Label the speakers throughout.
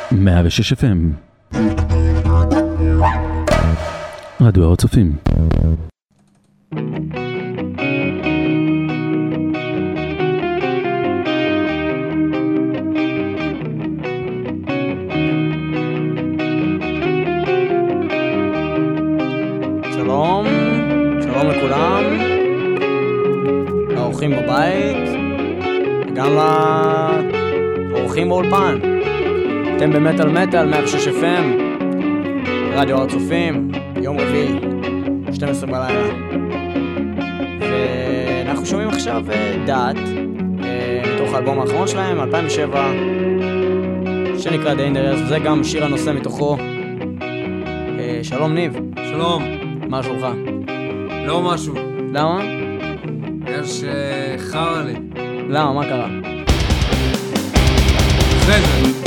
Speaker 1: 106 FM רדיו הר הצופים.
Speaker 2: שלום לכולם, לאורחים בבית וגם לאורחים באולפן. אתם במטל מטל 106 FM רדיו הר הצופים, יום רביעי 12 בלילה, ואנחנו שומעים עכשיו דעת מתוך האלבום האחרון שלהם 2007 שנקרא Dangerous, וזה גם שיר הנושא מתוכו. שלום ניב.
Speaker 3: שלום.
Speaker 2: מה שלומך?
Speaker 3: לא משהו.
Speaker 2: למה?
Speaker 3: יש חרא לי.
Speaker 2: למה? מה קרה?
Speaker 3: אחרי זה.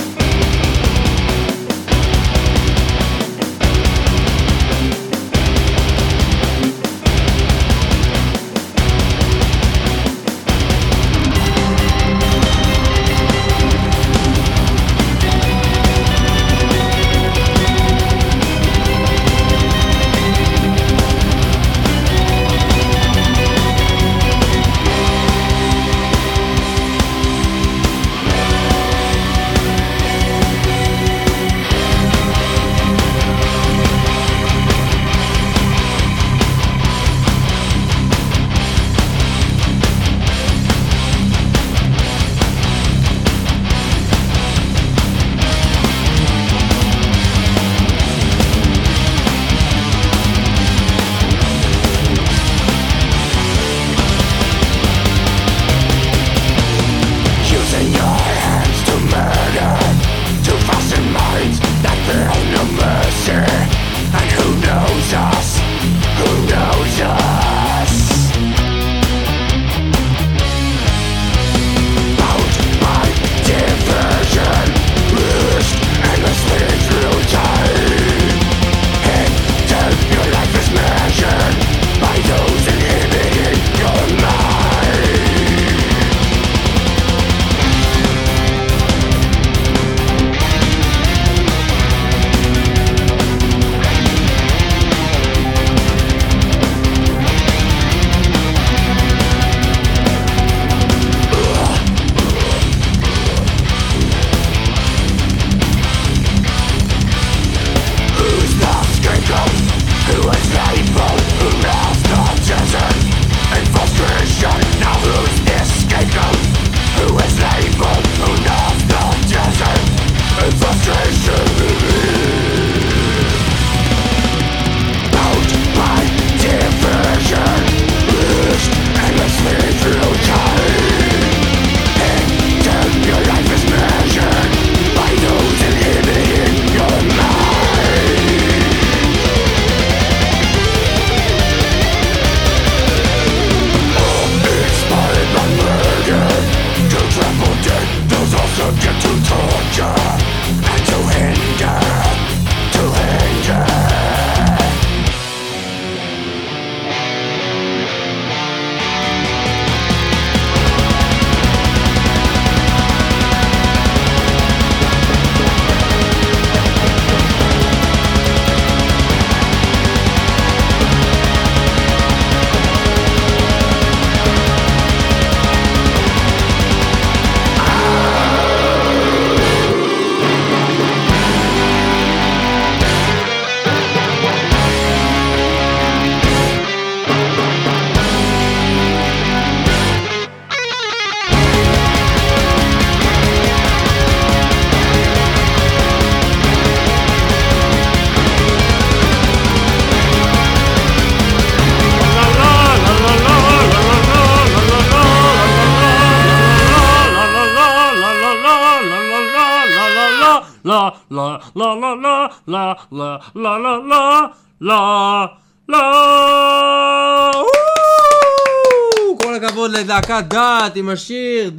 Speaker 3: כל הכבוד לדקת דעת עם השיר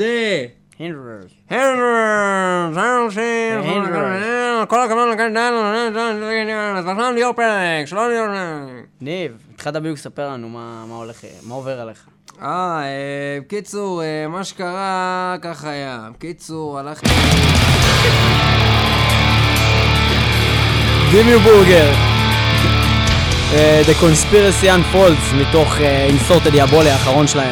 Speaker 2: הנדרס.
Speaker 3: כל הכבוד לדקת דעת. עכשיו ליאור פרק, שלום ליאור.
Speaker 2: ניב, התחלת בדיוק לספר לנו מה הולך, מה עובר עליך.
Speaker 3: בקיצור, מה שקרה כך היה. בקיצור, הלכתי...
Speaker 2: דימי בורגר. The Conspiracy Unfolds מתוך אינסורט הדיאבולי האחרון שלהם.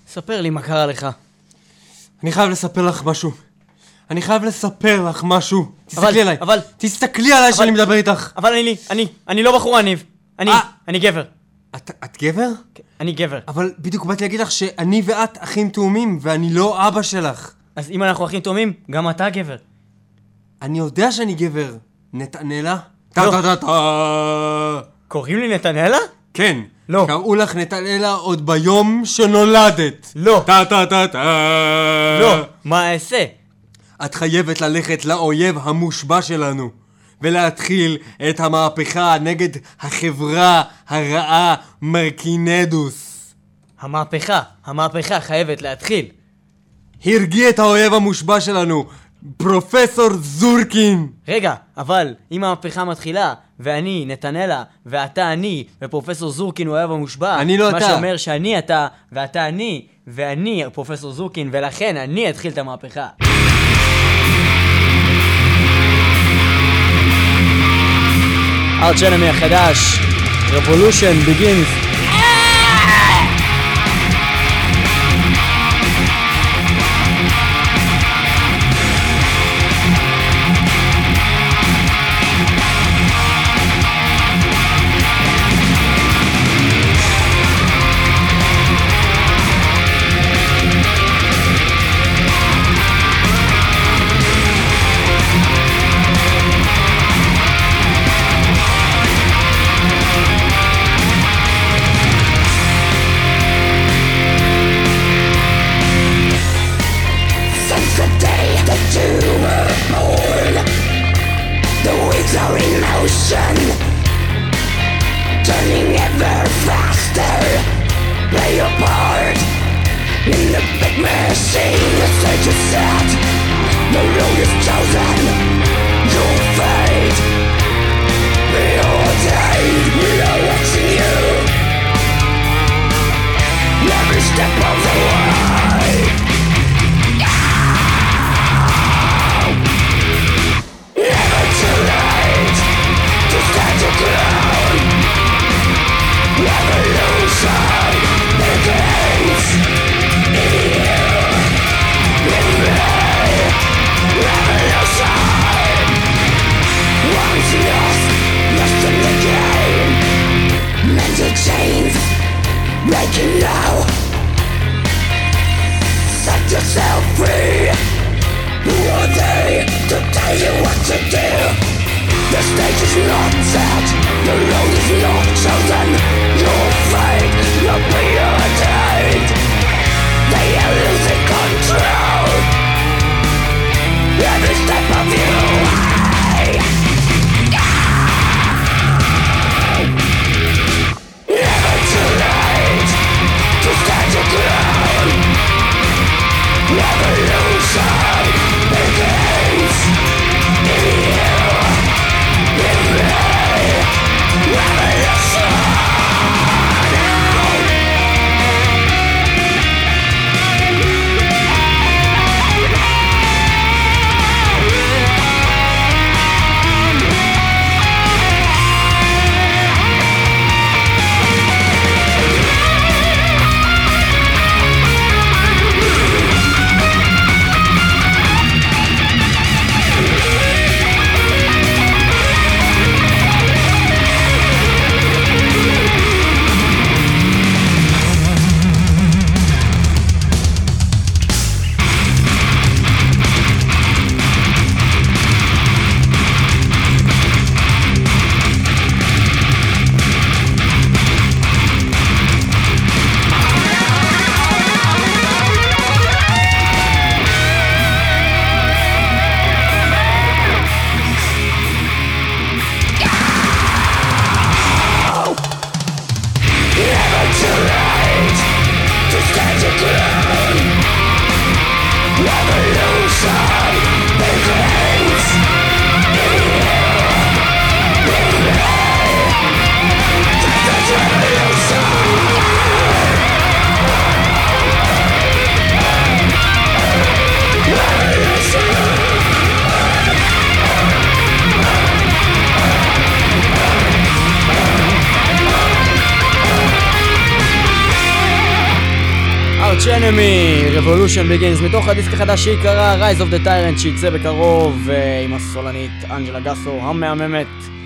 Speaker 2: ספר לי מה קרה לך.
Speaker 3: אני חייב לספר לך משהו. תסתכלי עליי. תסתכלי עליי שאני מדבר איתך.
Speaker 2: אבל אני לא בחורה, ניב. אני גבר.
Speaker 3: את גבר?
Speaker 2: אני גבר.
Speaker 3: אבל בדיוק באתי להגיד לך שאני ואת אחים תאומים, ואני לא אבא שלך.
Speaker 2: אז אם אנחנו אחים תאומים, גם אתה גבר.
Speaker 3: אני יודע שאני גבר. נתנאלה?
Speaker 2: קוראים לי נתנאלה?
Speaker 3: כן.
Speaker 2: לא.
Speaker 3: קראו לך נתנאלה עוד ביום שנולדת.
Speaker 2: לא. לא. מה אעשה?
Speaker 3: את חייבת ללכת לאויב המושבע שלנו, ולהתחיל את המהפכה נגד החברה הרעה מרקינדוס.
Speaker 2: המהפכה חייבת להתחיל.
Speaker 3: הרגיע את האויב המושבע שלנו, פרופסור זורקין.
Speaker 2: רגע, אבל אם המהפכה מתחילה, ואני נתנאלה, ואתה אני, ופרופסור זורקין הוא האויב המושבע,
Speaker 3: אני לא אתה.
Speaker 2: מה שאומר שאני אתה, ואתה אני, ואני פרופסור זורקין, ולכן אני אתחיל את המהפכה. ארץ' אנמי החדש, Revolution begins.
Speaker 4: Turning ever faster, play your part in the big machine. The stage is set, the road is chosen, your fate. We are ordained, we are watching you every step of the way. Never too late to stand your ground. Revolution begins in you, in me. Revolution. Once lost in the game. Mental chains breaking now. Set yourself free. Who are they to tell you what to do? The stage is not set, the road is not chosen. Your fate will be ordained. They are losing control every step of your way. Never too late to stand your ground. Revolution begins in you. Revolution.
Speaker 2: Arch Enemy, Revolution Begins, מתוך הדיסק החדש שיקרא Rise of the Tyrant שיצא בקרוב עם הסולנית אנג'לה גסו המהממת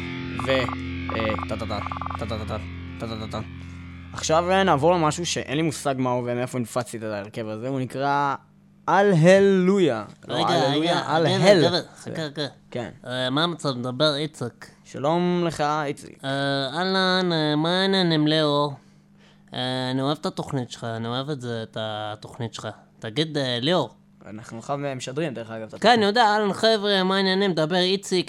Speaker 2: עכשיו נעבור למשהו שאין לי מושג מהו ומאיפה נפצתי את ההרכב הזה, הוא נקרא אלהלויה.
Speaker 5: רגע, חכה.
Speaker 2: כן.
Speaker 5: מה המצב? מדבר איציק.
Speaker 2: שלום לך איציק.
Speaker 5: אהלן, מה העניינים לאור? אני אוהב את התוכנית שלך, אני אוהב את התוכנית שלך. תגיד, ליאור.
Speaker 2: אנחנו עכשיו משדרים דרך אגב.
Speaker 5: כן, אני יודע, אהלן חבר'ה, מה העניינים? מדבר איציק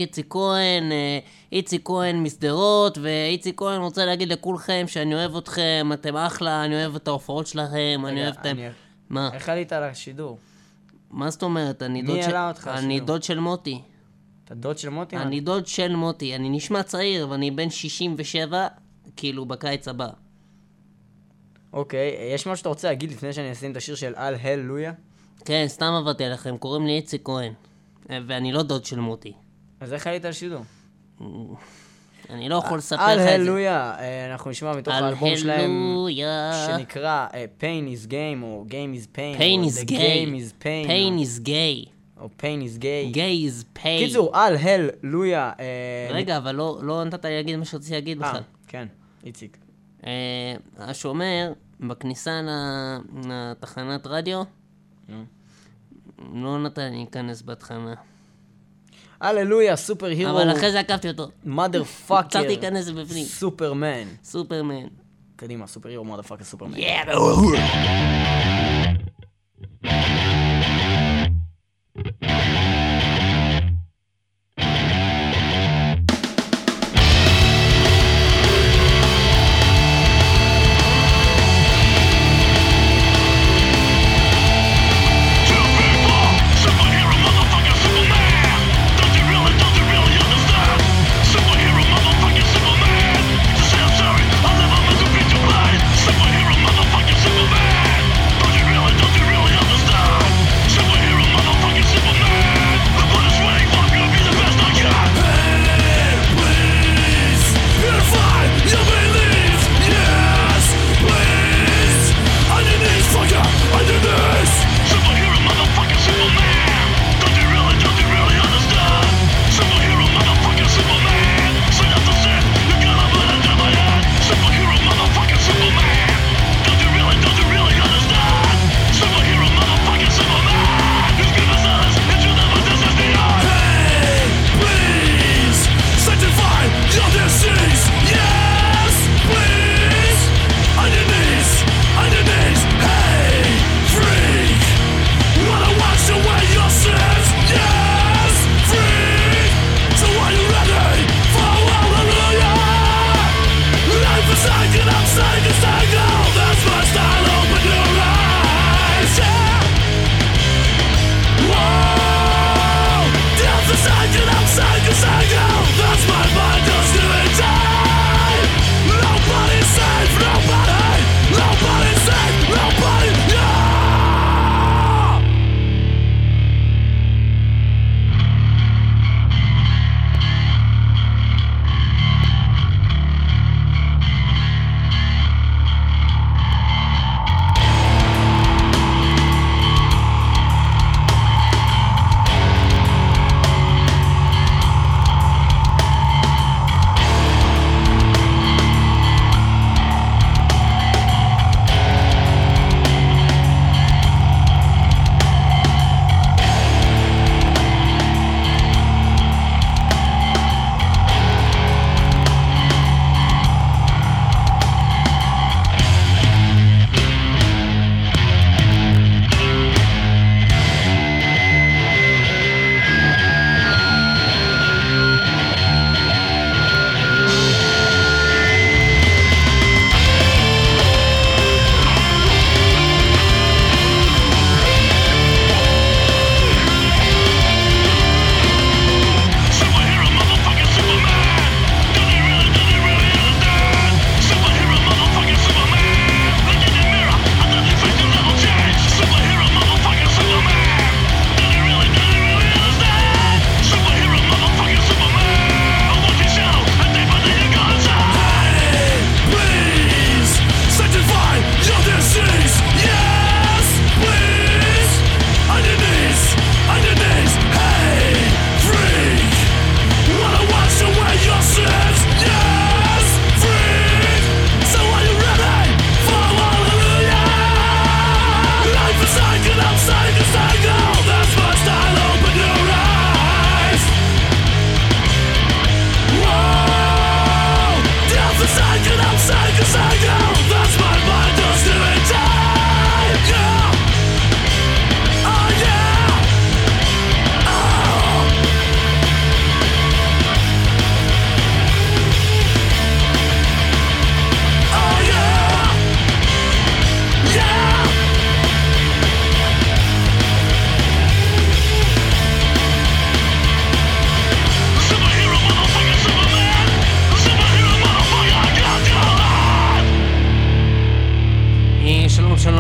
Speaker 5: כהן מסדרות, ואיציק כהן רוצה להגיד לכולכם שאני אוהב אתכם, אתם אחלה, אני אוהב את ההופעות שלכם, אני אוהב אתם... מה?
Speaker 2: איך עלית על השידור?
Speaker 5: מה זאת אומרת?
Speaker 2: מי העלה אותך לשידור?
Speaker 5: אני דוד של מוטי.
Speaker 2: אתה דוד של מוטי?
Speaker 5: אני דוד של מוטי, אני נשמע צעיר, ואני בן 67, כאילו בקיץ הבא.
Speaker 2: אוקיי, יש משהו שאתה רוצה להגיד לפני שאני אשים את השיר של אלהלויה?
Speaker 5: כן, סתם עבדתי עליכם, קוראים לי איציק כהן, ואני לא דוד של מוטי.
Speaker 2: אז איך עלית על שידור?
Speaker 5: אני לא יכול לספר לך את זה.
Speaker 2: אלהלויה, אנחנו נשמע מתוך האלבום שלהם
Speaker 5: אלהלויה.
Speaker 2: שנקרא Pain is Game או Game is Pain.
Speaker 5: Pain is
Speaker 2: The
Speaker 5: gay.
Speaker 2: Game is Pain.
Speaker 5: Pain is gay.
Speaker 2: או Pain is Gay.
Speaker 5: Gay is pain.
Speaker 2: קיצור, אלהלויה.
Speaker 5: רגע, אבל לא נתת לי להגיד מה שרציתי להגיד בכלל.
Speaker 2: כן, איציק.
Speaker 5: השומר, בכניסה לתחנת רדיו, לא נתן לי להיכנס בתחנה.
Speaker 2: אלהלויה, סופר הירו.
Speaker 5: אבל אחרי זה עקבתי אותו.
Speaker 2: motherfucker.
Speaker 5: צריך להיכנס בפנים.
Speaker 2: סופרמן.
Speaker 5: סופרמן.
Speaker 2: קדימה, סופר הירו, motherfucker, סופרמן.
Speaker 6: Superhero, motherfucking Superman. Don't you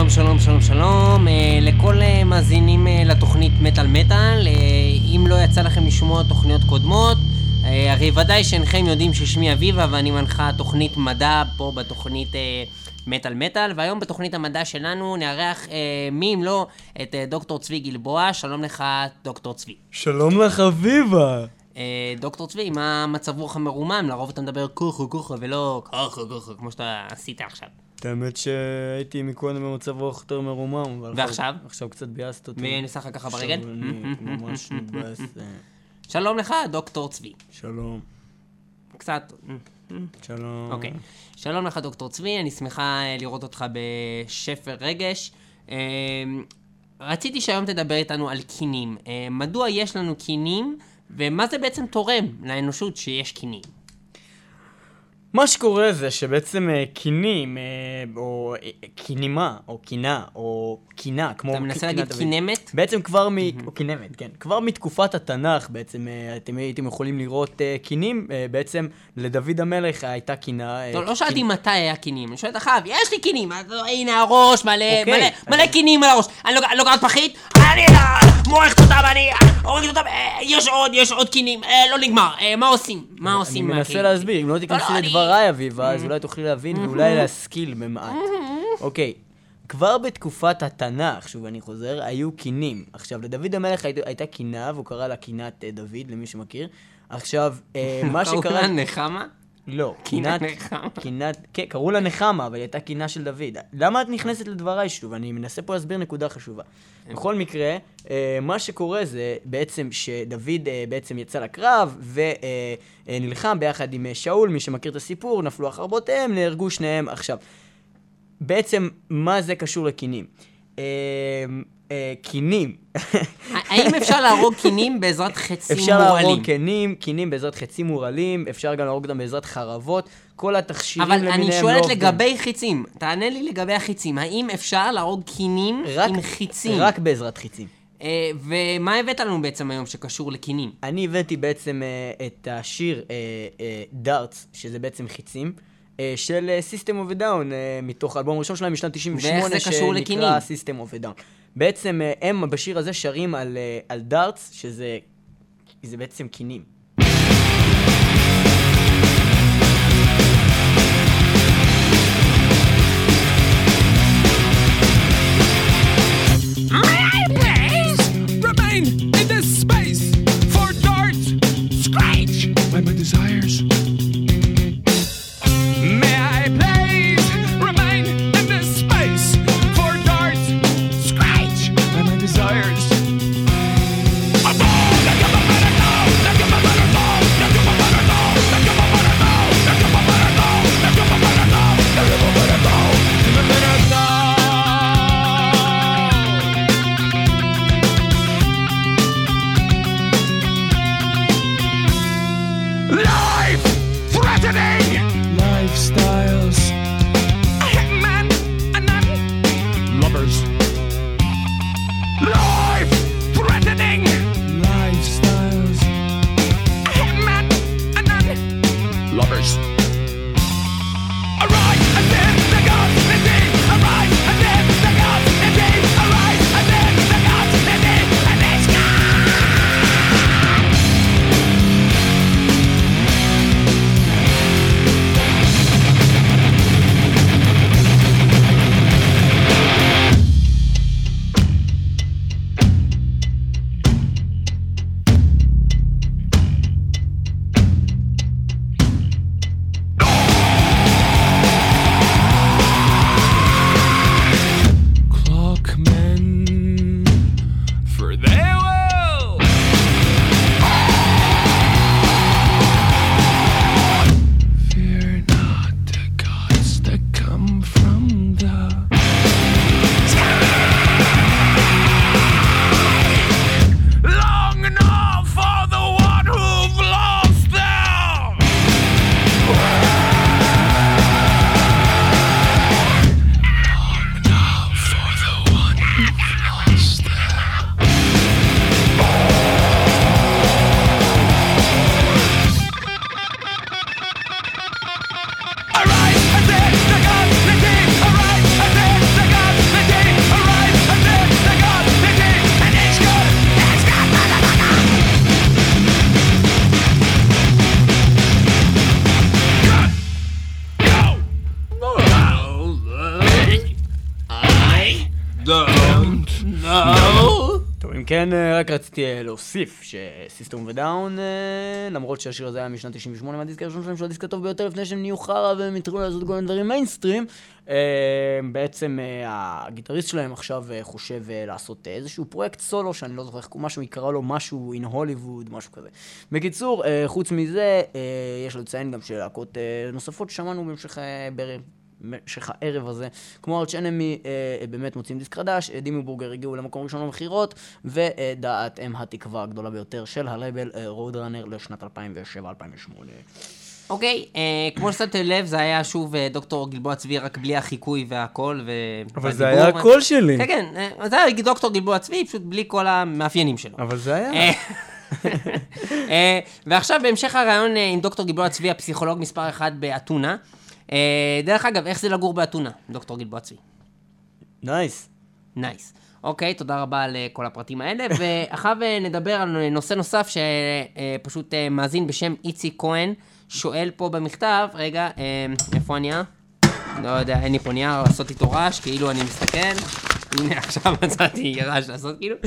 Speaker 5: שלום, שלום, שלום, שלום. לכל מאזינים לתוכנית מטל מטל, אם לא יצא לכם לשמוע תוכניות קודמות, הרי ודאי שאינכם יודעים ששמי אביבה ואני מנחה תוכנית מדע פה בתוכנית מטל מטל, והיום בתוכנית המדע שלנו נארח מי אם לא את דוקטור צבי גלבוע. שלום לך דוקטור צבי.
Speaker 2: שלום לך אביבה.
Speaker 5: דוקטור צבי, מה מצב רוח המרומם? לרוב אתה מדבר ככה ולא ככה כמו שאתה עשית עכשיו.
Speaker 2: האמת שהייתי מקודם במצב רוח יותר מרומם,
Speaker 5: ועכשיו?
Speaker 2: עכשיו קצת ביאסת אותי.
Speaker 5: וניסה לך ככה ברגל?
Speaker 2: עכשיו אני ממש מתבאס.
Speaker 5: שלום לך דוקטור צבי.
Speaker 2: שלום.
Speaker 5: קצת.
Speaker 2: שלום.
Speaker 5: אוקיי. שלום לך דוקטור צבי, אני שמחה לראות אותך בשפר רגש. רציתי שהיום תדבר איתנו על קינים. מדוע יש לנו קינים, ומה זה בעצם תורם לאנושות שיש קינים?
Speaker 2: מה שקורה זה שבעצם קינים, או קינימה, או קינה, או קינה, כמו...
Speaker 5: אתה מנסה להגיד קינמת?
Speaker 2: בעצם כבר או קינמת, כן. כבר מתקופת התנ"ך בעצם, אתם הייתם יכולים לראות קינים, בעצם לדוד המלך הייתה קינה...
Speaker 5: לא שאלתי מתי היה קינים, אני שואלת אחריו, יש לי קינים, הנה הראש, מלא קינים על הראש, אני לוקחת פחית, אני מועכת אותם, אני הורגת אותם, יש עוד קינים, לא נגמר, מה עושים?
Speaker 2: אני מנסה להסביר, אם לא תיכנסי לדבריי אביבה, אז אולי תוכלי להבין ואולי להשכיל במעט. אוקיי, כבר בתקופת התנ"ך, שוב אני חוזר, היו קינים. עכשיו, לדוד המלך הייתה קינה, והוא קרא לה קינת דוד, למי שמכיר. עכשיו, מה שקרה...
Speaker 5: קראו לה נחמה?
Speaker 2: לא,
Speaker 5: קינת,
Speaker 2: כן, קראו לה נחמה, אבל היא הייתה קינה של דוד. למה את נכנסת לדבריי שוב? אני מנסה פה להסביר נקודה חשובה. בכל מקרה, מה שקורה זה בעצם שדוד בעצם יצא לקרב ונלחם ביחד עם שאול, מי שמכיר את הסיפור, נפלו החרבותיהם, נהרגו שניהם. עכשיו, בעצם מה זה קשור לקינים? קינים.
Speaker 5: האם אפשר להרוג קינים בעזרת חצים מורעלים?
Speaker 2: אפשר להרוג קינים בעזרת חצים מורעלים, אפשר גם להרוג אותם בעזרת חרבות, כל התכשירים למיניהם לא עובדים.
Speaker 5: אבל אני שואלת לגבי חיצים, תענה לי לגבי החיצים, האם אפשר להרוג קינים עם חיצים?
Speaker 2: רק בעזרת חיצים.
Speaker 5: ומה הבאת לנו בעצם היום שקשור לקינים?
Speaker 2: אני הבאתי בעצם את השיר דארטס, שזה בעצם חיצים, של System of a Down, מתוך האלבום הראשון שלהם משנת 98, שנקרא System of a Down. בעצם הם בשיר הזה שרים על דארטס, שזה בעצם קינים.
Speaker 6: Desires.
Speaker 2: כן, רק רציתי להוסיף שסיסטם ודאון, למרות שהשיר הזה היה משנת 98, מהדיסק הראשון שלהם, שהוא הדיסק הטוב ביותר לפני שהם נהיו חרא והם התחילו לעשות כל מיני דברים מיינסטרים, בעצם הגיטריסט שלהם עכשיו חושב לעשות איזשהו פרויקט סולו, שאני לא זוכר איך משהו יקרא לו, משהו in Hollywood, משהו כזה. בקיצור, חוץ מזה, יש לציין גם שלהקות נוספות ששמענו במשך הערב הזה, כמו ארץ' אנמי, באמת מוצאים דיסק חדש, דימי בורגר הגיעו למקום ראשון למחירות, ודעת הם התקווה הגדולה ביותר של הלייבל רוד ראנר לשנת 2007-2008.
Speaker 5: אוקיי, כמו ששמתם לב, זה היה שוב דוקטור גלבוע צבי, רק בלי החיקוי והכל,
Speaker 2: אבל זה היה הקול שלי.
Speaker 5: כן, כן, זה היה דוקטור גלבוע צבי, פשוט בלי כל המאפיינים שלו.
Speaker 2: אבל זה היה.
Speaker 5: ועכשיו בהמשך הרעיון עם דוקטור גלבוע צבי, הפסיכולוג מספר 1 באתונה. דרך אגב, איך זה לגור באתונה, דוקטור גלבוע צבי?
Speaker 2: נייס.
Speaker 5: נייס. אוקיי, תודה רבה על כל הפרטים האלה, ואחר נדבר על נושא נוסף שפשוט מאזין בשם איצי כהן, שואל פה במכתב, רגע, איפה אני? לא יודע, אין לי פה נייר לעשות איתו רעש, כאילו אני מסתכל, הנה עכשיו מצאתי רעש לעשות כאילו.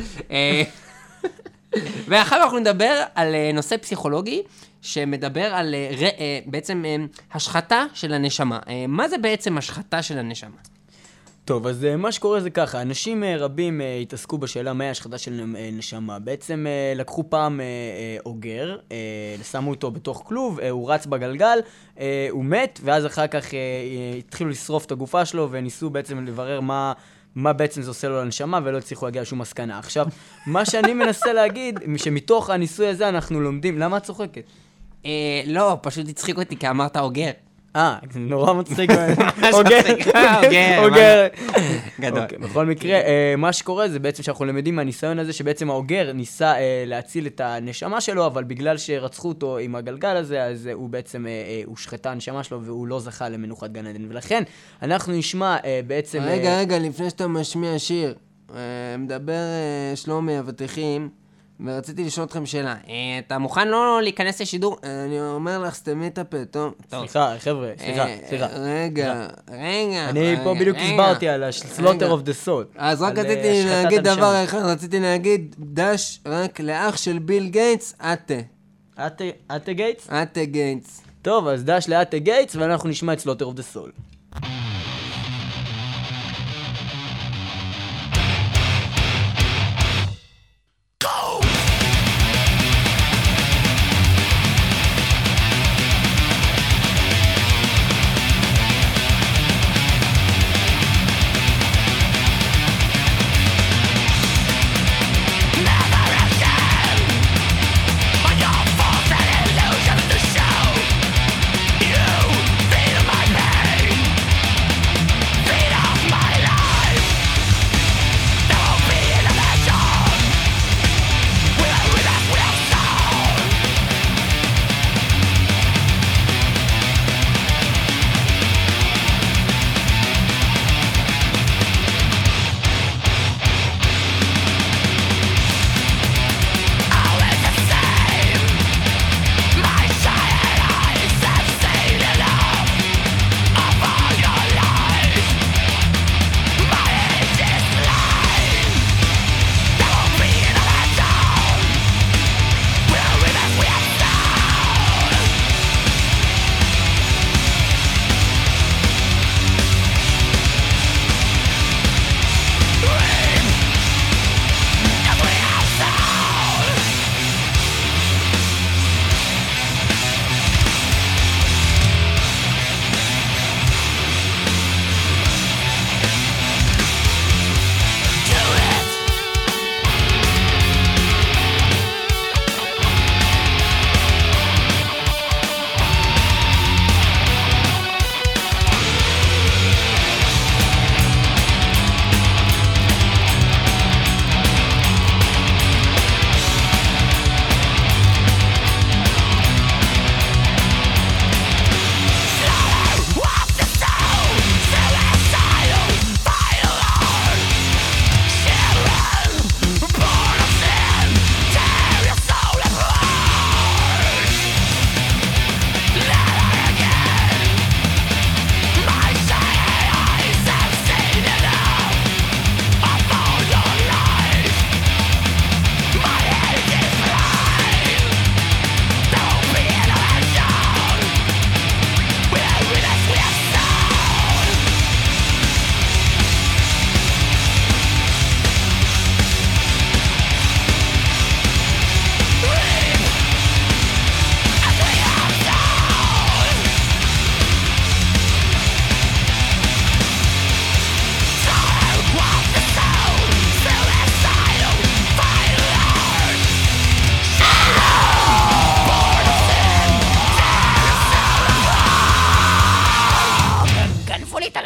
Speaker 5: ואחר אנחנו נדבר על נושא פסיכולוגי, שמדבר על בעצם השחתה של הנשמה. מה זה בעצם השחתה של הנשמה?
Speaker 2: טוב, אז מה שקורה זה ככה, אנשים רבים התעסקו בשאלה מהי השחתה של נשמה. בעצם לקחו פעם אוגר, שמו אותו בתוך כלוב, הוא רץ בגלגל, הוא מת, ואז אחר כך התחילו לשרוף את הגופה שלו, וניסו בעצם לברר מה בעצם זה עושה לו לנשמה, ולא הצליחו להגיע לשום מסקנה. עכשיו, מה שאני מנסה להגיד, שמתוך הניסוי הזה אנחנו לומדים, למה את צוחקת?
Speaker 5: לא, פשוט הצחיק אותי, כי אמרת אוגר.
Speaker 2: זה נורא מצחיק. אוגר.
Speaker 5: גדול.
Speaker 2: בכל מקרה, מה שקורה זה בעצם שאנחנו למדים מהניסיון הזה, שבעצם האוגר ניסה להציל את הנשמה שלו, אבל בגלל שרצחו אותו עם הגלגל הזה, אז הוא בעצם, הוא שחטה הנשמה שלו, והוא לא זכה למנוחת גן עדן. ולכן, אנחנו נשמע בעצם...
Speaker 3: רגע, לפני שאתה משמיע שיר, מדבר שלומי אבטיחים, ורציתי לשאול אתכם שאלה.
Speaker 5: אתה מוכן לא להיכנס לשידור?
Speaker 3: אני אומר לך, סתמי את הפה, טוב?
Speaker 2: סליחה, חבר'ה, סליחה.
Speaker 3: רגע.
Speaker 2: אני פה בדיוק הסברתי על ה-Slaughter of the Soul.
Speaker 3: אז רק רציתי להגיד דבר אחד, רציתי להגיד דש רק לאח של ביל גייטס,
Speaker 2: אטה גייטס?
Speaker 3: אטה גייטס.
Speaker 2: טוב, אז דש לאטה גייטס, ואנחנו נשמע את Slaughter of the Soul.
Speaker 4: You feel my pain.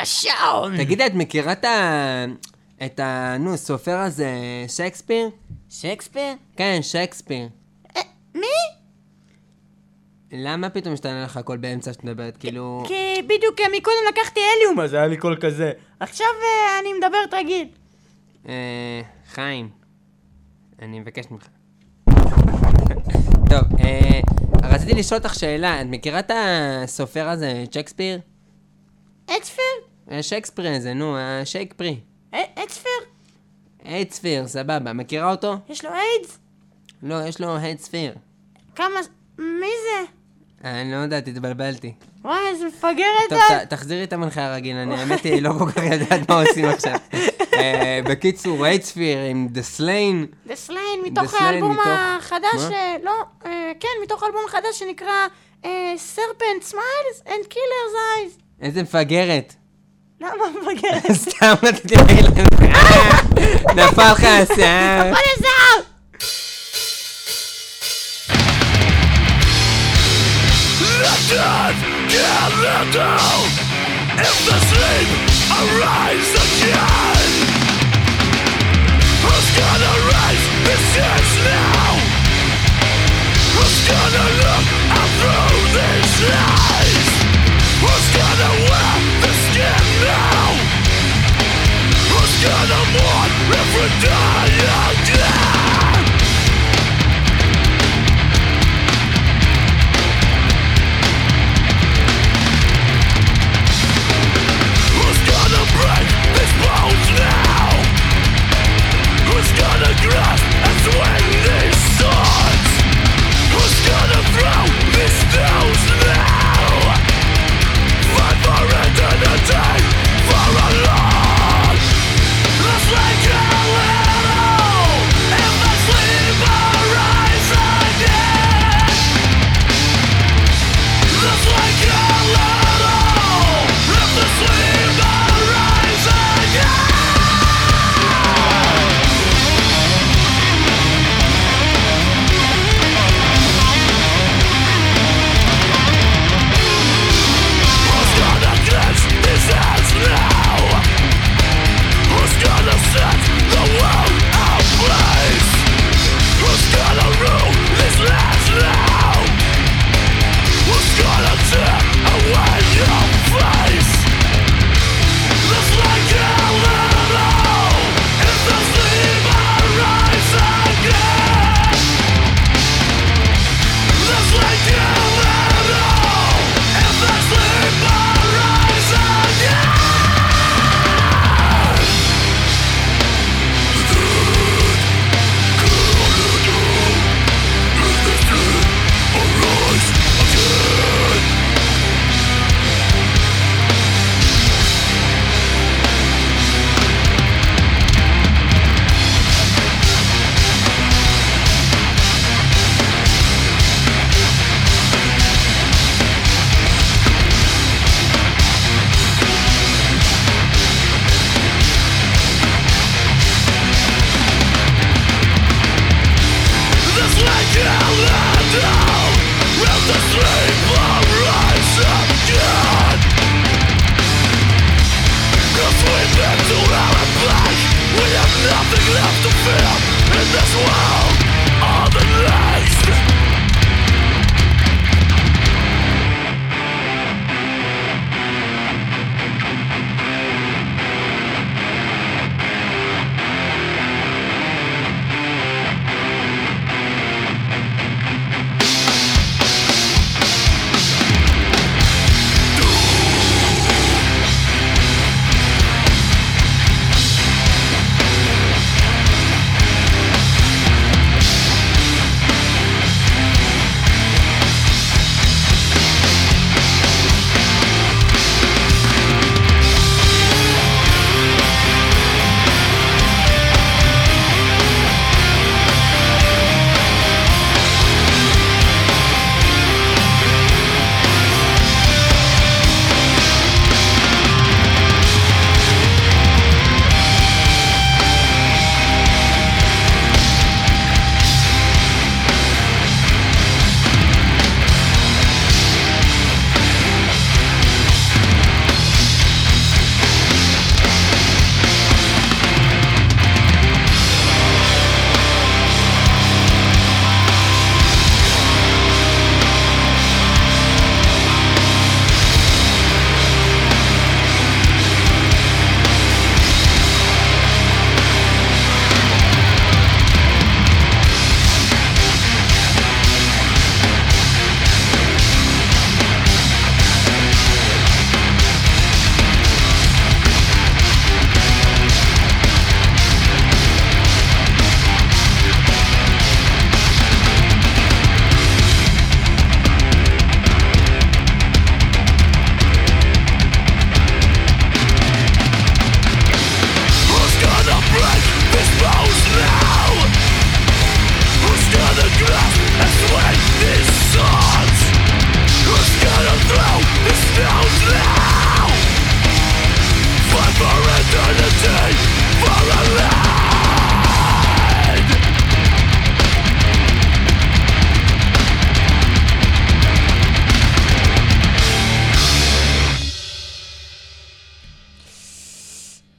Speaker 2: לשעון.
Speaker 3: תגידי, את מכירה את הסופר הזה, שייקספיר?
Speaker 2: שייקספיר?
Speaker 3: כן, שייקספיר.
Speaker 2: מי?
Speaker 3: למה פתאום משתנה לך הכל באמצע שאת מדברת, כאילו...
Speaker 2: כי בדיוק מקודם לקחתי הליום, אז היה לי קול כזה. עכשיו אני מדברת רגיל.
Speaker 3: חיים, אני מבקש ממך. טוב, רציתי לשאול אותך שאלה, את מכירה את הסופר הזה, שייקספיר?
Speaker 2: אקספיר?
Speaker 3: שייקספיר הזה, נו, השייקפרי.
Speaker 2: אקספיר?
Speaker 3: היידספיר, סבבה, מכירה אותו?
Speaker 2: יש לו איידס?
Speaker 3: לא, יש לו היידספיר.
Speaker 2: כמה... מי זה?
Speaker 3: אני לא יודעת, התבלבלתי.
Speaker 2: וואי, איזה מפגרת
Speaker 3: טוב, תחזירי את המנחה הרגיל, אני האמת היא לא כל כך יודעת מה עושים עכשיו. בקיצור, היידספיר עם The Slain.
Speaker 2: The Slain, מתוך האלבום החדש, לא, כן, מתוך האלבום החדש שנקרא Serpent Smiles and Killer's Eyes.
Speaker 3: איזה מפגרת.
Speaker 2: למה מפגרת?
Speaker 3: סתם רציתי להגיד לכם. נפל לך השיער.
Speaker 2: נפל השיער!
Speaker 4: Death can let down if the sleep arise again. Who's gonna rise this chance now? Who's gonna look out through these lies? Who's gonna wear the skin now? Who's gonna mourn if we die again? Break these bones now. Who's gonna grasp and swing these swords? Who's gonna throw these stones now?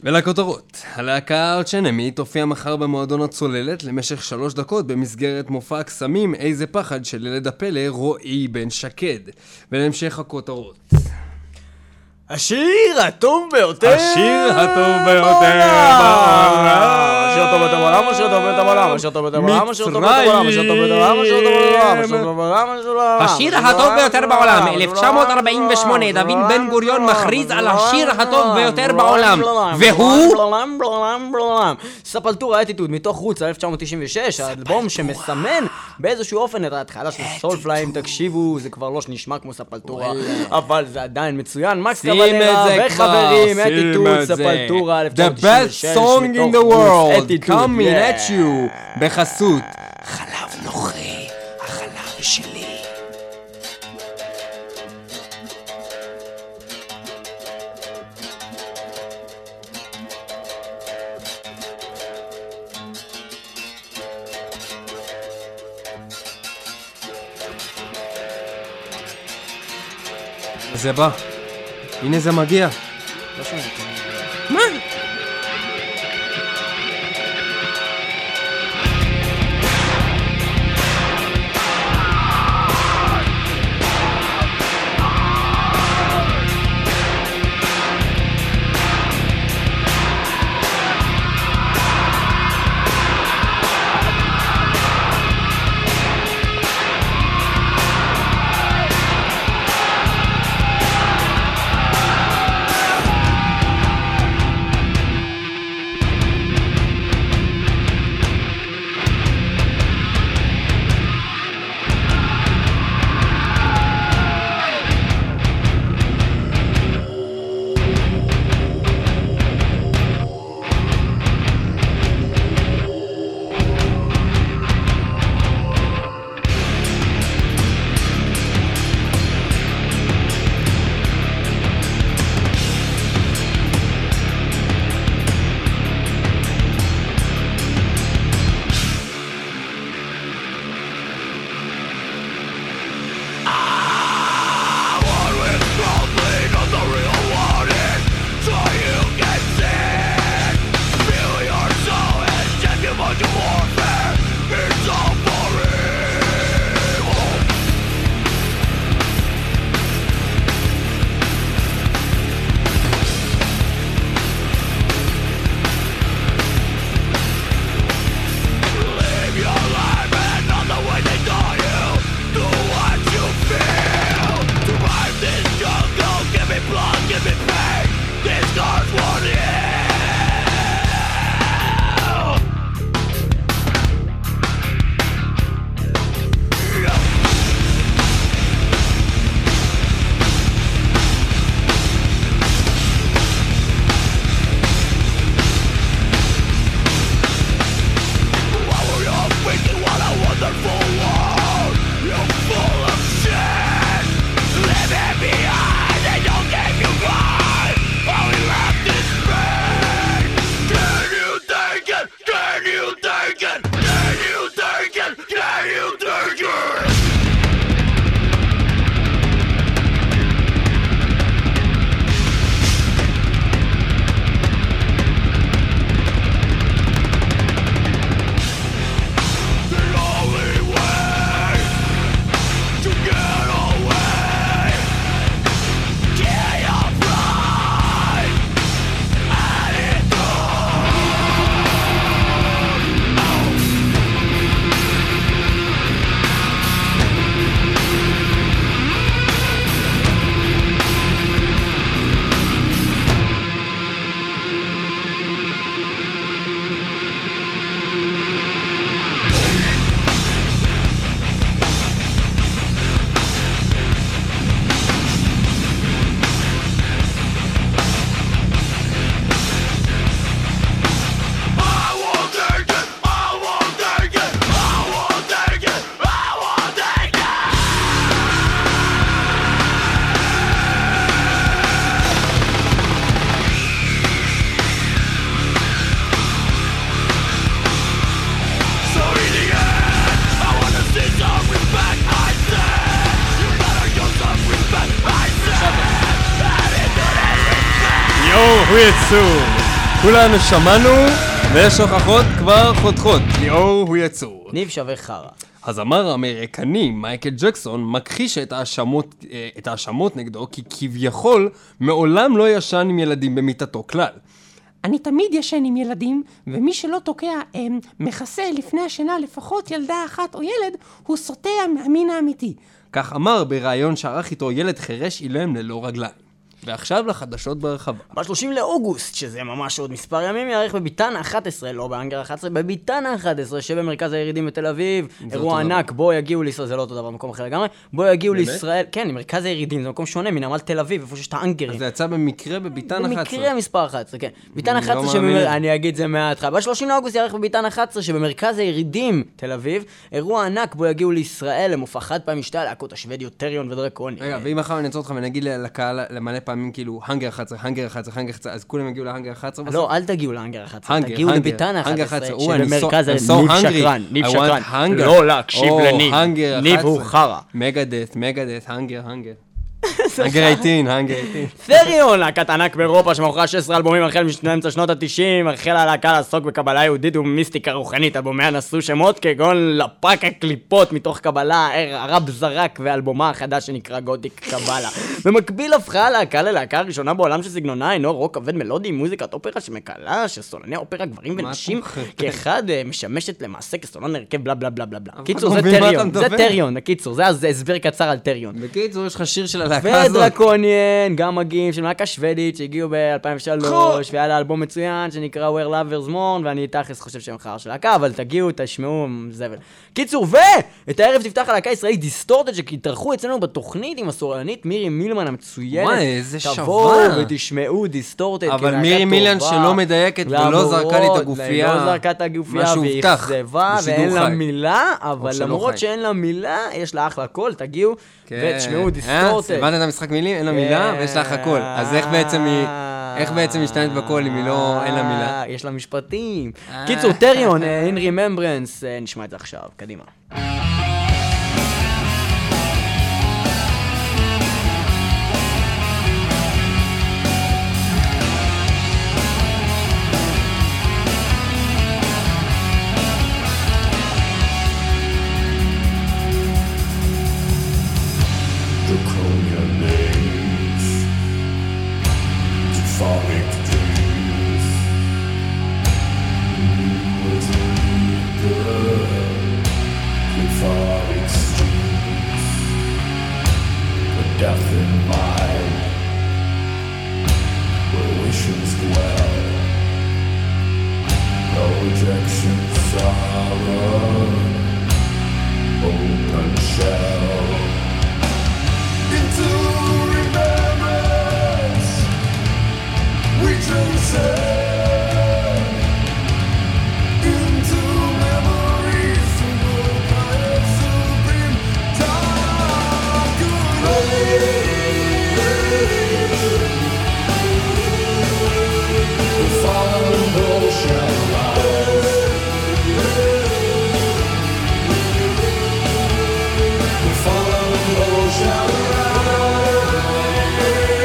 Speaker 3: ולכותרות, הלהקה אוצ'נמית תופיע מחר במועדון הצוללת למשך 3 דקות במסגרת מופע קסמים איזה פחד של ילד הפלא רועי בן שקד. ולהמשך הכותרות.
Speaker 2: השיר הטוב ביותר
Speaker 3: השיר הטוב ביותר
Speaker 2: בעולם. השיר הטוב ביותר בעולם, השיר הטוב ביותר בעולם, השיר הטוב ביותר בעולם, השיר הטוב ביותר בעולם, השיר הטוב ביותר בעולם, השיר הטוב ביותר בעולם, השיר הטוב ביותר בעולם.
Speaker 5: השיר הטוב ביותר בעולם, 1948, דוד בן גוריון מכריז על השיר הטוב ביותר בעולם, והוא...
Speaker 2: ספלטורה אטיטוד מתוך רוץ 1996, האלבום שמסמן באיזשהו אופן את ההתחלה של סולפליים. תקשיבו, זה כבר לא נשמע כמו ספלטורה, אבל זה עדיין מצוין. מקס קבלרה וחברים, אטיטוד, ספלטורה 1996.
Speaker 3: The best song in the world, coming at you, בחסות חלב נוכרי, החלב שלי. זה בא. הנה זה מגיע.
Speaker 2: לא שומע.
Speaker 5: מה?
Speaker 3: יו, ריצו! כולנו שמענו, ויש הוכחות כבר חותכות. ליאור הוא יצור.
Speaker 2: ניב שווה חרה.
Speaker 3: הזמר האמריקני מייקל ג'קסון מכחיש את האשמות נגדו, כי כביכול מעולם לא ישן עם ילדים במיטתו כלל.
Speaker 5: אני תמיד ישן עם ילדים, ומי שלא תוקע מכסה לפני השינה לפחות ילדה אחת או ילד, הוא סוטה מהמין האמיתי.
Speaker 3: כך אמר בראיון שערך איתו ילד חירש אילם ללא רגליים. ועכשיו לחדשות ברחבה.
Speaker 2: ב-30 לאוגוסט, שזה ממש עוד מספר ימים, יערך בביתן 11, לא בהאנגר 11, בביתן 11, שבמרכז הירידים בתל אביב, אירוע ענק, בו יגיעו לישראל, זה לא אותו דבר, מקום אחר לגמרי, בו יגיעו לישראל, כן, מרכז הירידים, זה מקום שונה, מנמל תל אביב, איפה שיש את האנגרים.
Speaker 3: אז זה יצא במקרה בביתן 11.
Speaker 2: במקרה מספר 11, כן. ביתן 11, אני אגיד זה מההתחלה. ב-30 לאוגוסט יערך בביתן 11, שבמרכז הירידים תל אביב, אירוע ענק, בו יגיעו לישראל למופע חד פעם שתי הלהקות השוודיות טריון ודרקוני.
Speaker 3: רגע, ואם אחר אני אעצור אותך ונגיד לקהל למלא פעמים כאילו האנגר 11, האנגר 11, האנגר 11, אז כולם יגיעו להאנגר 11 בסוף?
Speaker 2: לא, אל תגיעו להאנגר 11, תגיעו לביתן 11,
Speaker 3: שבמרכז
Speaker 2: ניב שקרן, לא להקשיב לניב, ניב הוא חרה.
Speaker 3: מגדס, האנגר. האנגר 18.
Speaker 2: תריון, להקת ענק באירופה שמוכרה 16 אלבומים החל מאמצע שנות ה-90, החלה הלהקה לעסוק בקבלה יהודית ומיסטיקה רוחנית. אלבומיה נשאו שמות כגון לפק הקליפות מתוך קבלה, הרב זרק ואלבומה החדש שנקרא גותיק קבלה. במקביל הפכה הלהקה ללהקה הראשונה בעולם שסגנונה אינו רוק כבד מלודי עם מוזיקת אופרה שמקלה, שסולני אופרה גברים ונשים כאחד משמשת למעשה כסולן הרכב בלה בלה בלה בלה. קיצור, זה טריון, קיצור, זה הסבר קצר על טריון.
Speaker 3: בקיצור, יש לך שיר של הלהקה הזאת.
Speaker 2: ודרקוניאן, גם מגיעים של להקה שוודית שהגיעו ב-2003, והיה לה אלבום מצוין שנקרא Where Lovers Mourn, ואני תכלס חושב שהם חר של להקה, אבל תגיעו, תשמעו, זבל. קיצור, ואת הערב תפתח הלהקה הישראלית דיסטורטד, שהתארחו אצלנו בתוכנית עם הסולנית מירי מילמן המצוינת.
Speaker 3: וואי, איזה שווה.
Speaker 2: תבואו ותשמעו דיסטורטד.
Speaker 3: אבל מירי מילמן שלא מדייקת ולא זרקה לי את הגופייה.
Speaker 2: לא זרקה את הגופייה והיא אכזבה ואין לה מילה, אבל למרות שאין לה מילה, יש לה אחלה קול, תגיעו ותשמעו דיסטורטד.
Speaker 3: הבנת את המשחק מילים? אין לה מילה ויש לה אחלה קול. אז איך בעצם משתנת בקול אם אין לה מילה?
Speaker 2: יש לה משפטים. קיצור, טריון, in remembrance, נשמע את זה עכשיו, קדימה.
Speaker 6: Death in mind, where wishes dwell, no rejection, sorrow, open shell. Into remembrance, we transcend. Into memories of the kind supreme dark grace. The fallen bull shall rise. The fallen bull shall rise.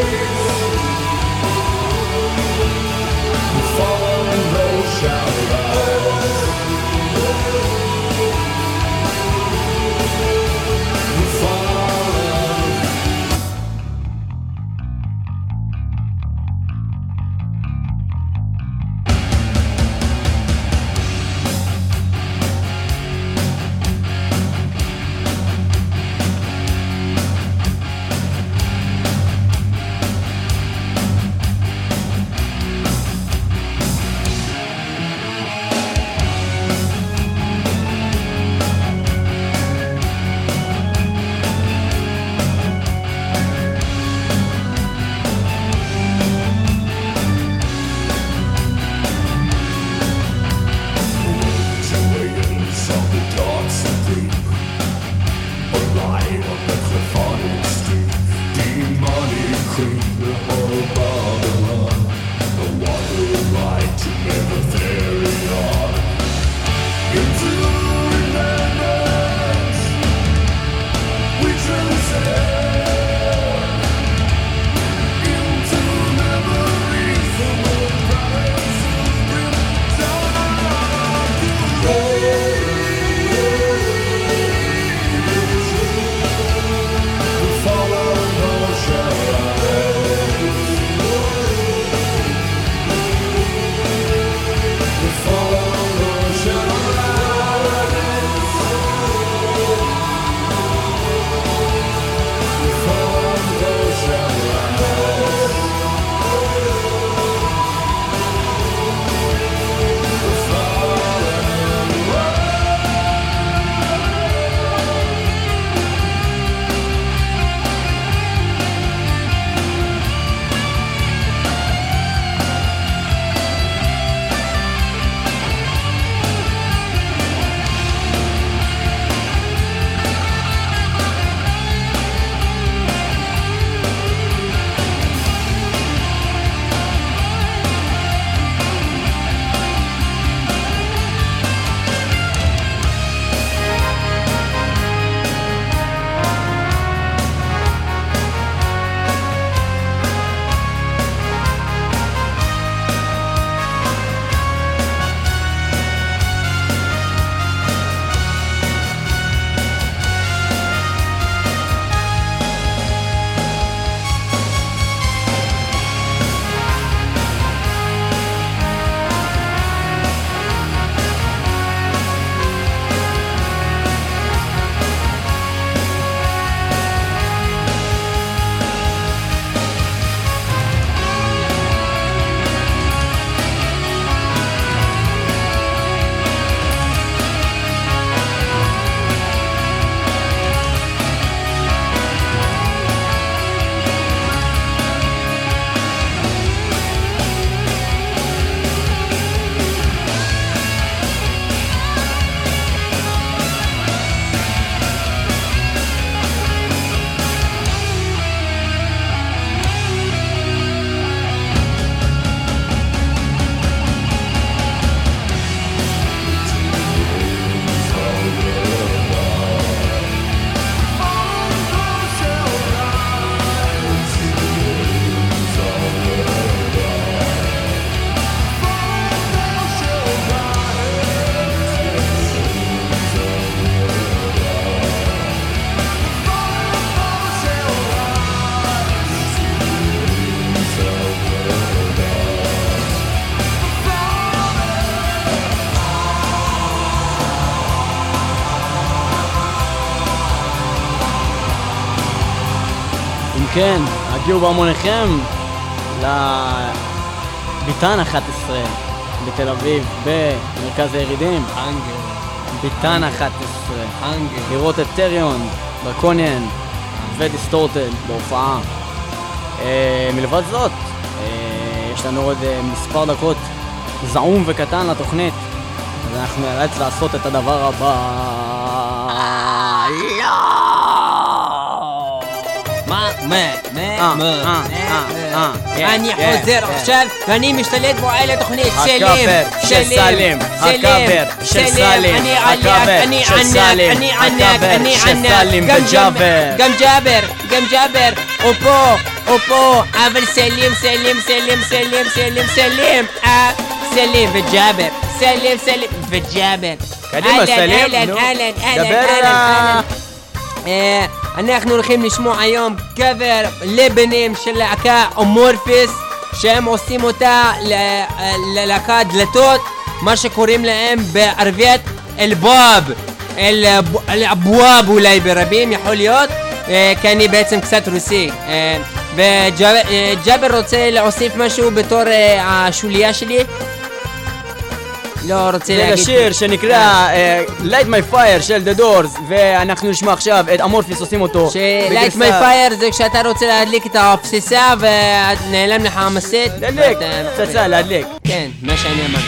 Speaker 6: The fallen bull shall rise. The fallen.
Speaker 2: כן, הגיעו בהמוניכם לביתן 11 בתל אביב, במרכז הירידים. ביתן 11. לראות את טריון, דרקוניאן ודיסטורטד בהופעה. מלבד זאת, יש לנו עוד מספר דקות זעום וקטן לתוכנית, אז אנחנו נאלץ לעשות את הדבר הבא.
Speaker 5: אני חוזר עכשיו ואני משתלט בו על התוכנית.
Speaker 2: הקאבר של סלים, הקאבר של סלים, הקאבר של סלים, הקאבר של סלים וג'אבר.
Speaker 5: גם ג'אבר, הוא פה, אבל סלים וג'אבר, סלים וג'אבר.
Speaker 2: קדימה סלים, נו, דבר על
Speaker 5: אנחנו הולכים לשמוע היום קאבר לבנים של להקה אמורפיס, שהם עושים אותה ללהקה דלתות, מה שקוראים להם בערבית אלבאב, אל-אבואב אולי ברבים יכול להיות, כי אני בעצם קצת רוסי. וג'אבר רוצה להוסיף משהו בתור השוליה שלי? לא רוצה להגיד.
Speaker 2: זה לשיר שנקרא Light My Fire של The Doors, ואנחנו נשמע עכשיו את אמורפיס עושים אותו.
Speaker 5: Light My Fire זה כשאתה רוצה להדליק את הפסיסה ונעלם לך המסית.
Speaker 2: להדליק, פצצה להדליק.
Speaker 5: כן, מה שאני אמר.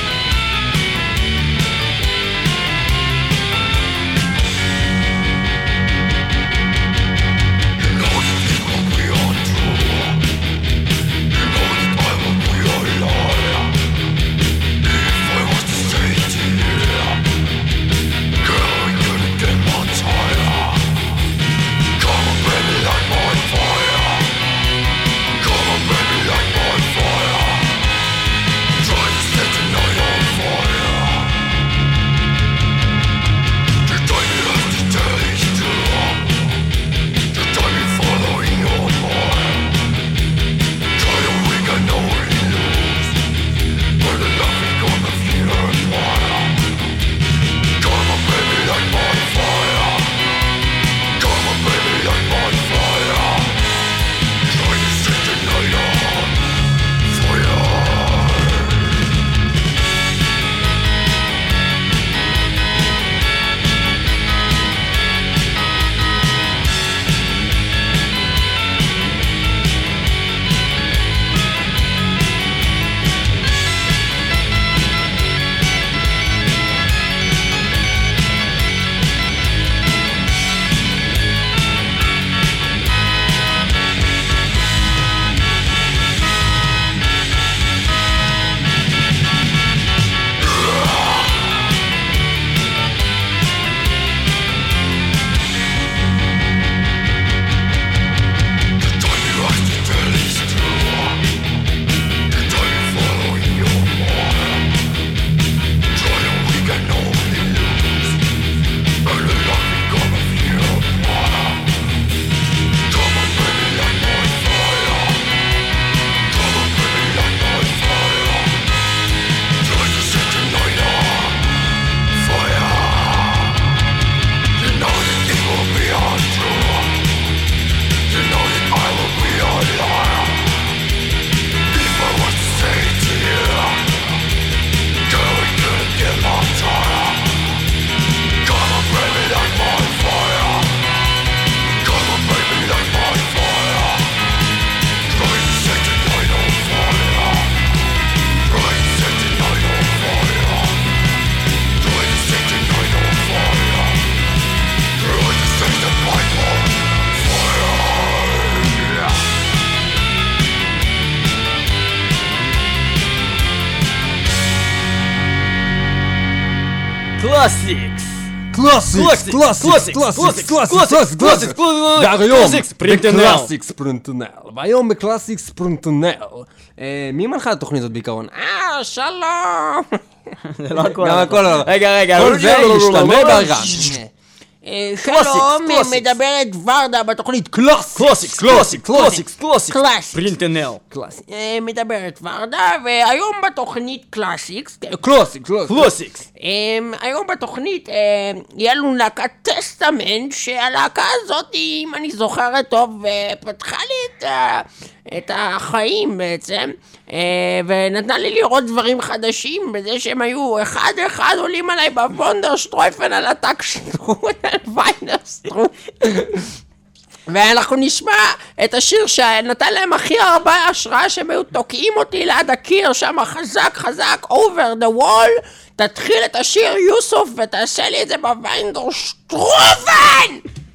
Speaker 2: קלאסיקס.
Speaker 3: והיום בקלאסיקס פרונטונל. מי מנחה את התוכנית הזאת בעיקרון? שלום.
Speaker 2: זה לא הכל.
Speaker 3: גם הכל לא.
Speaker 2: רגע.
Speaker 3: כל זה משתנה בעריכה.
Speaker 5: שלום,
Speaker 2: קלאסיקס.
Speaker 5: מדברת ורדה בתוכנית קלאסיקס. קלאסיקס.
Speaker 2: פרינטנל.
Speaker 5: מדברת ורדה, והיום בתוכנית קלאסיקס. קלאסיקס. היום בתוכנית יהיה לנו להקת טסטמנט, שהלהקה הזאת, אם אני זוכרת טוב, פתחה לי את החיים בעצם, ונתנה לי לראות דברים חדשים בזה שהם היו אחד עולים עליי בוונדרשטרויפן על הטקשטרוט, ויינרסטרוט. ואנחנו נשמע את השיר שנתן להם הכי הרבה השראה, שהם היו תוקעים אותי ליד הקיר שם חזק, over the wall. תתחיל את השיר יוסוף ותעשה לי את זה בוונדרשטרופן!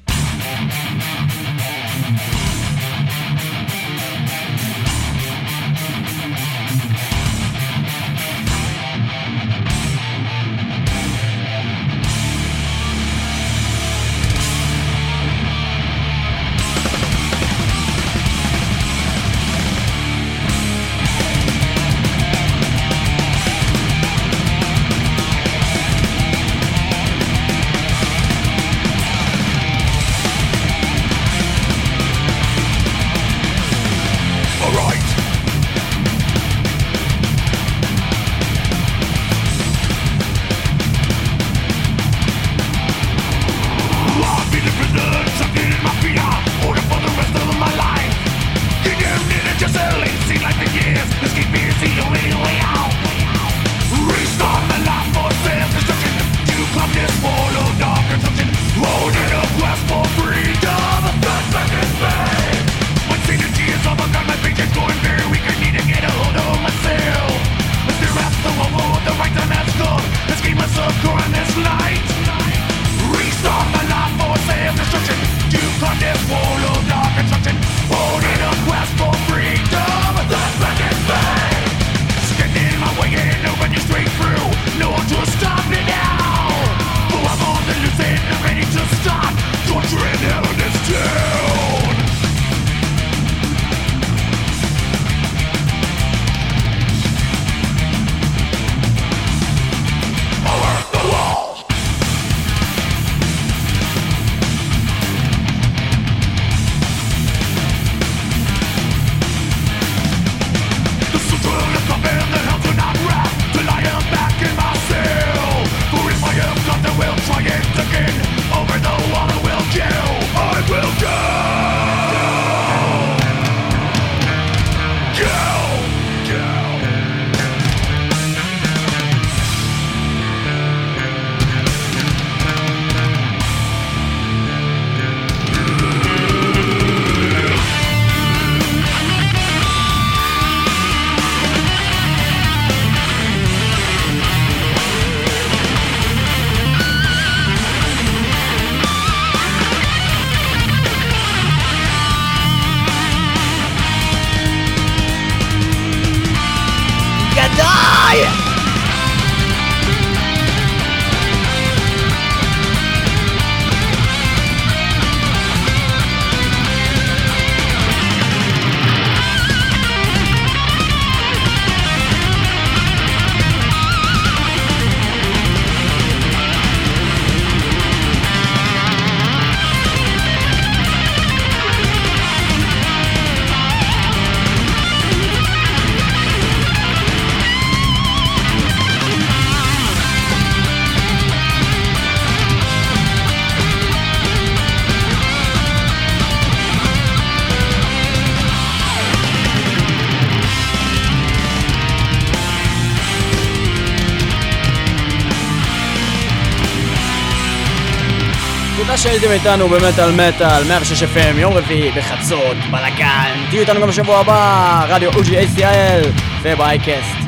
Speaker 2: תודה שהייתם איתנו במטל מטל 106 FM, יום רביעי בחצות, בלגן. תהיו איתנו גם בשבוע הבא, רדיו OG ACIL וב-iCast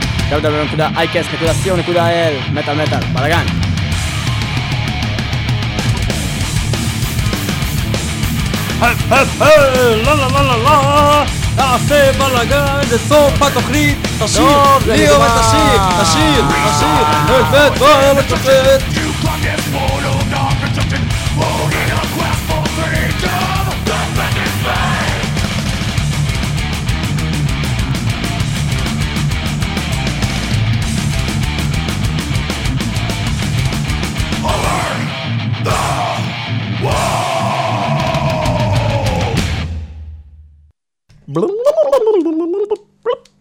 Speaker 2: www.icast.co.il. מטל מטל, בלגן.
Speaker 3: תעשה בלגן, זה סוף התוכנית. תשיר, ליאור את השיר. בוא לשופט.
Speaker 2: רגע.